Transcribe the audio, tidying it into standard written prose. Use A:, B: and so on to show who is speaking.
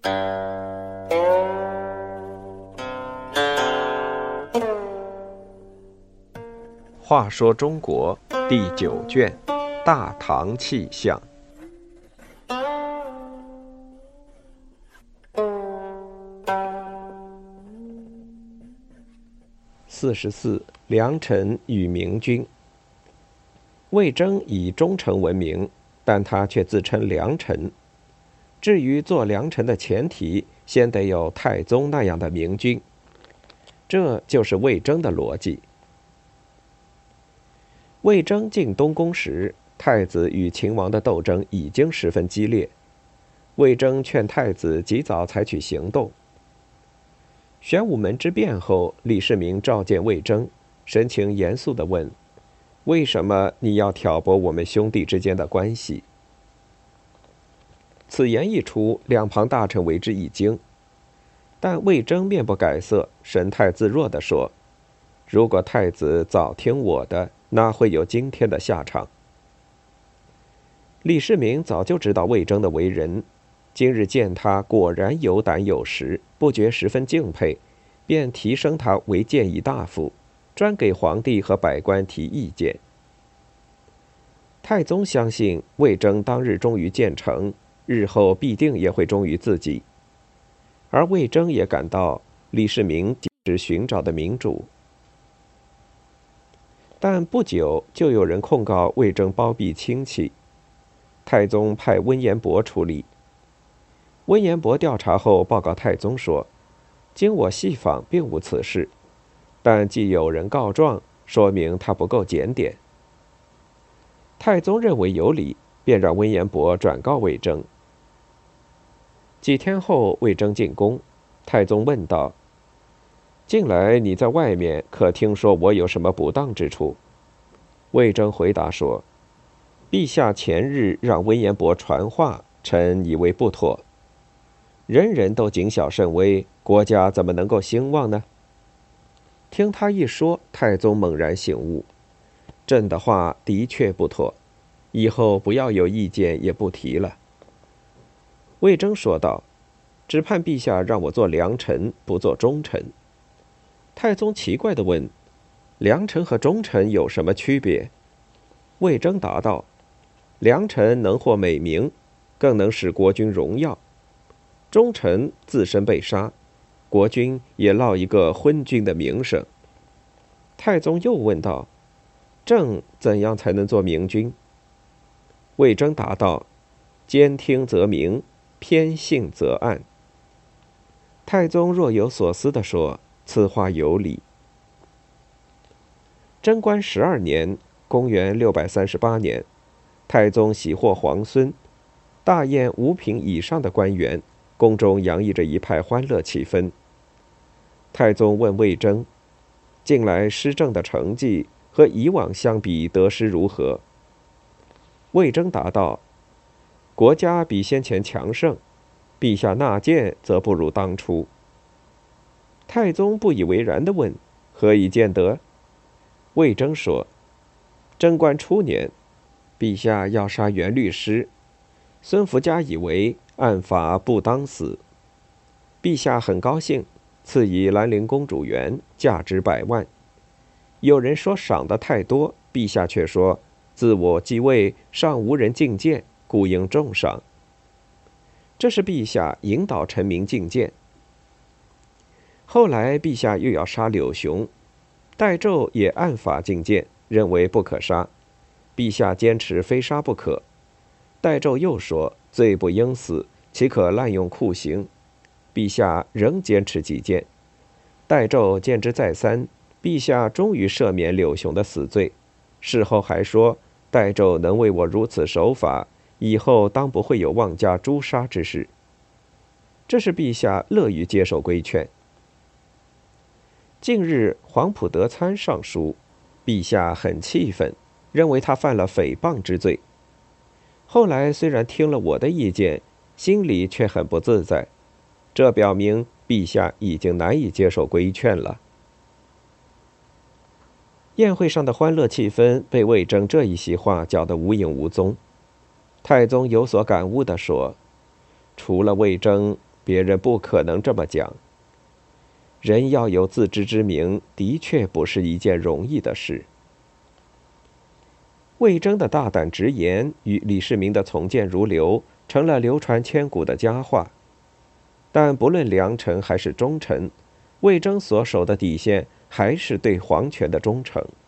A: 话说中国第9卷《大唐气象》。44良臣与明君。魏征以忠诚闻名，但他却自称良臣。至于做良臣的前提，先得有太宗那样的明君，这就是魏征的逻辑。魏征进东宫时，太子与秦王的斗争已经十分激烈。魏征劝太子及早采取行动。玄武门之变后，李世民召见魏征，神情严肃地问：“为什么你要挑拨我们兄弟之间的关系？”此言一出，两旁大臣为之一惊。但魏征面不改色，神态自若地说：“如果太子早听我的，哪会有今天的下场？”李世民早就知道魏征的为人，今日见他果然有胆有识，不觉十分敬佩，便提升他为谏议大夫，专给皇帝和百官提意见。太宗相信魏征当日忠于谏臣，日后必定也会忠于自己，而魏征也感到李世民只寻找的民主。但不久就有人控告魏征包庇亲戚，太宗派温彦博处理。温彦博调查后报告太宗说：“经我细访，并无此事，但既有人告状，说明他不够检点。”太宗认为有理，便让温彦博转告魏征。几天后，魏征进宫，太宗问道：“近来你在外面可听说我有什么不当之处？”魏征回答说：“陛下前日让温彦博传话，臣以为不妥。人人都谨小慎微，国家怎么能够兴旺呢？”听他一说，太宗猛然醒悟，朕的话的确不妥，以后不要有意见也不提了。魏征说道：“只盼陛下让我做良臣，不做忠臣。”太宗奇怪地问：“良臣和忠臣有什么区别？”魏征答道：“良臣能获美名，更能使国君荣耀；忠臣自身被杀，国君也落一个昏君的名声。”太宗又问道：“朕怎样才能做明君？”魏征答道：“兼听则明，偏信则暗。”太宗若有所思地说：“此话有理。”贞观12年，公元638年，太宗喜获皇孙，大宴5品以上的官员，宫中洋溢着一派欢乐气氛。太宗问魏征：“近来施政的成绩和以往相比，得失如何？”魏征答道：“国家比先前强盛，陛下纳谏则不如当初。”太宗不以为然地问：“何以见得？”魏征说：“贞观初年，陛下要杀原律师，孙福家以为按法不当死，陛下很高兴，赐以兰陵公主园，价值100万。有人说赏得太多，陛下却说自我继位，尚无人进谏，故应重赏。这是陛下引导臣民进谏。后来陛下又要杀柳雄，代胄也按法进谏，认为不可杀，陛下坚持非杀不可。代胄又说罪不应死，岂可滥用酷刑？陛下仍坚持己见。代胄见之再三，陛下终于赦免柳雄的死罪。事后还说，代胄能为我如此守法，以后当不会有妄加诛杀之事。这是陛下乐于接受规劝。近日黄埔德参上书，陛下很气愤，认为他犯了诽谤之罪。后来虽然听了我的意见，心里却很不自在，这表明陛下已经难以接受规劝了。宴会上的欢乐气氛被魏征这一席话搅得无影无踪。太宗有所感悟地说：“除了魏征， 别人不可能这么讲。人要有自知之明，的确不是一件容易的事。魏征的大胆直言与李世民的从谏如流，成了流传千古的佳话。但不论良臣还是忠臣，魏征所守的底线还是对皇权的忠诚。